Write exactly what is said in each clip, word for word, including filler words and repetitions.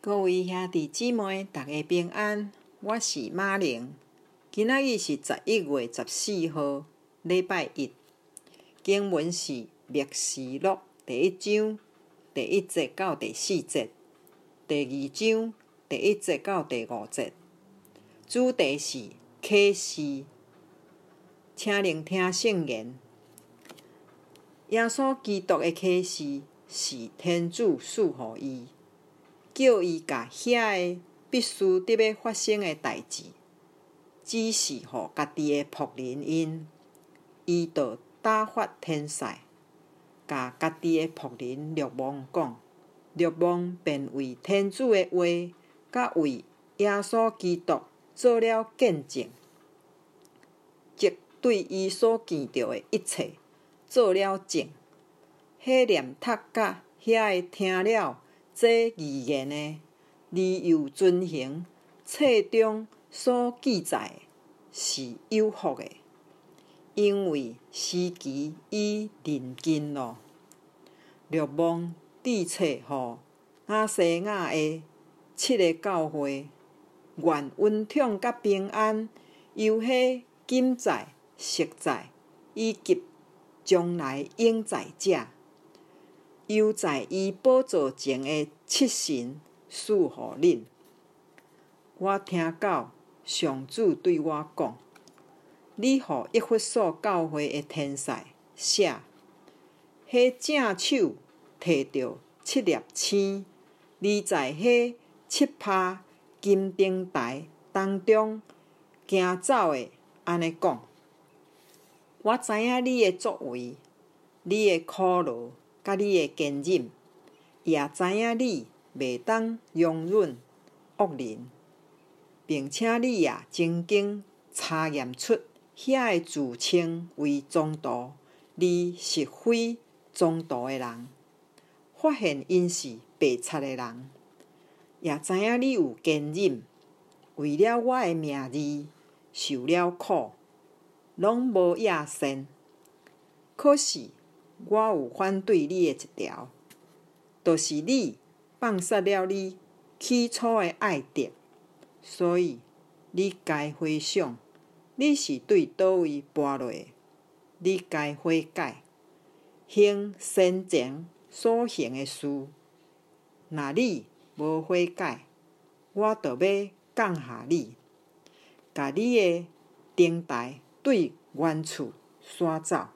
各位兄弟姊妹，大家平安。我是马玲。今仔日是十一月十四号，礼拜一。经文是《默示录》第一章第一节到第四节，第二章第一节到第五节。主题是启示，请聆听圣言。耶稣基督的启示是天主赐予伊。叫伊甲遐个必须得要发生的代志，指示予家己的仆人因。伊就打发天使，甲家己的仆人若望讲，若望便为天主的话，甲为耶稣基督做了见证，即对伊所见到的一切做了证。迄念读甲遐个听了这预言的，而又遵行册中所记载的，是有福的，因为时期已临近了。若望致册予亚细亚的七个教会，愿恩宠甲平安由迄今在、昔在以及将来永在者，由在伊宝座前的七神赐予恁。我听到上主对我讲：“你予以弗所教会的天使写，迄正手摕着七粒星，而在迄七拍金灯台当中行走的，安尼讲。我知影你的作为，你的苦劳，甲你的坚忍，也知影你袂当容忍恶人，并且你也曾经查验出遐个自称为宗徒，而实非宗徒的人，发现因是白贼的人，也知影你有坚忍，为了我的名字受了苦，拢无亚善。可是我有反对你的一条，就是你放杀了你起初的爱德，所以你该回想，你是对倒位跋落的，你该悔改，行先前所行的事。若你无悔改，我就要降下你，甲你的灯台对原处刷走。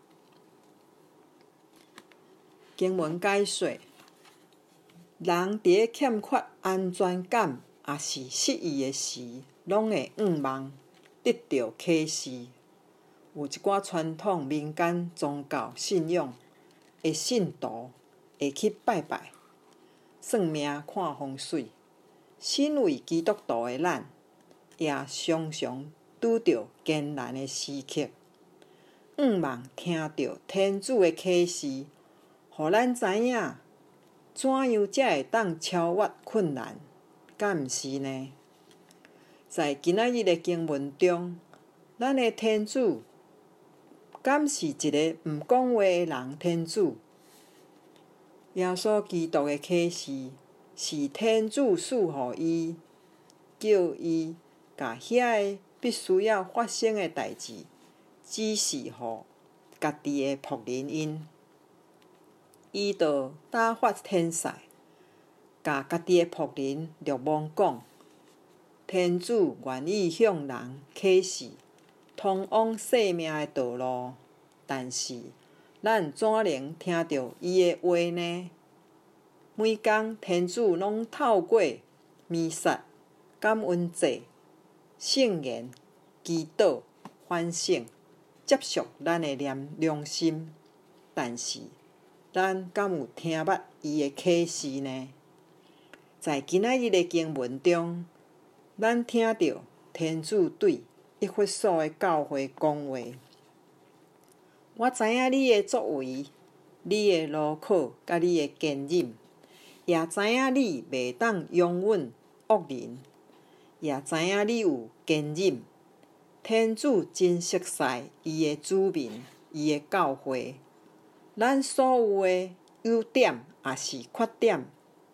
经文解说：人伫咧欠缺安全感，也是失意的时，拢会仰望得到启示。有一寡传统民间宗教信仰的信徒会去拜拜、算命、看风水。身为基督徒的咱，也常常拄着艰难的时刻，仰望听到天主的启示，互咱知影怎样才会当超越困难，敢毋是呢？在今仔日的经文中，咱的天主敢是一个毋讲话的人？天主耶稣基督的启示是天主赐予伊，叫伊甲遐个必须要发生的代志，指示予家己的仆人因。伊就打发天使，甲家己的仆人若望讲，天主愿意向人启示通往生命的道路，但是咱怎能听到伊的话呢？每工天主拢透过弥撒、感恩节、圣言、祈祷、反省，接受咱的良良心，但是咱敢有听捌伊的启示呢？在今仔日的经文中，咱听到天主对以弗所的教会讲话：我知影你的作为，你的劳苦，甲你的坚忍，也知影你袂当容忍恶人，也知影你有坚忍。天主真熟悉伊的子民，伊的教会。咱所有的优点也是缺点，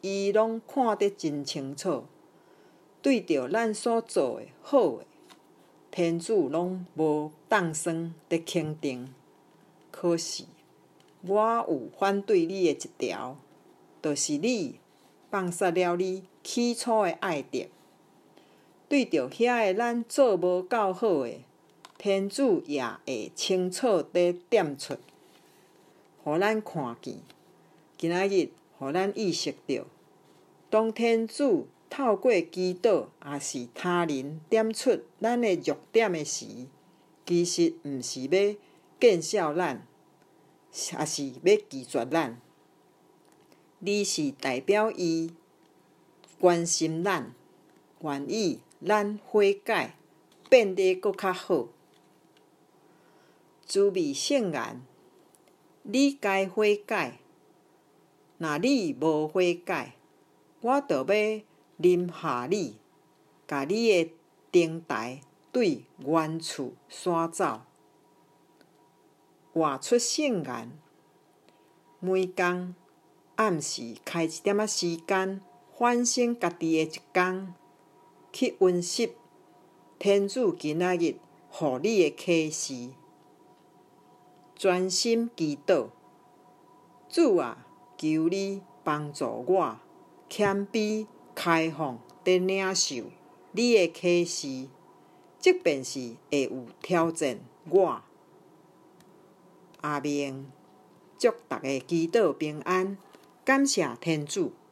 伊拢看得真清楚。对着咱所做诶好诶，天主拢无当算伫肯定。可是，我有反对你诶一条，就是你放杀了你起初诶爱德。对着遐个咱做无够好诶，天主也会清楚地点出，互咱看见。今仔日，互咱意识到，当天主透过祈祷，也是他人点出咱的弱点的时，其实毋是要见笑咱，也是要拒绝咱。你是代表伊关心咱，愿意咱悔改，变得搁较好。滋味圣言，你该悔改。若你无悔改，我就要临下你，甲你的灯台对原厝刷走。活出圣言，每工暗时开一点仔时间，反省家己的一天，去温习天主今仔日互你的启示，专心祈祷。主啊，求你帮助我谦卑开放地领受你的启示，即便是会有挑战我。阿明，祝大家祈祷平安，感谢天主。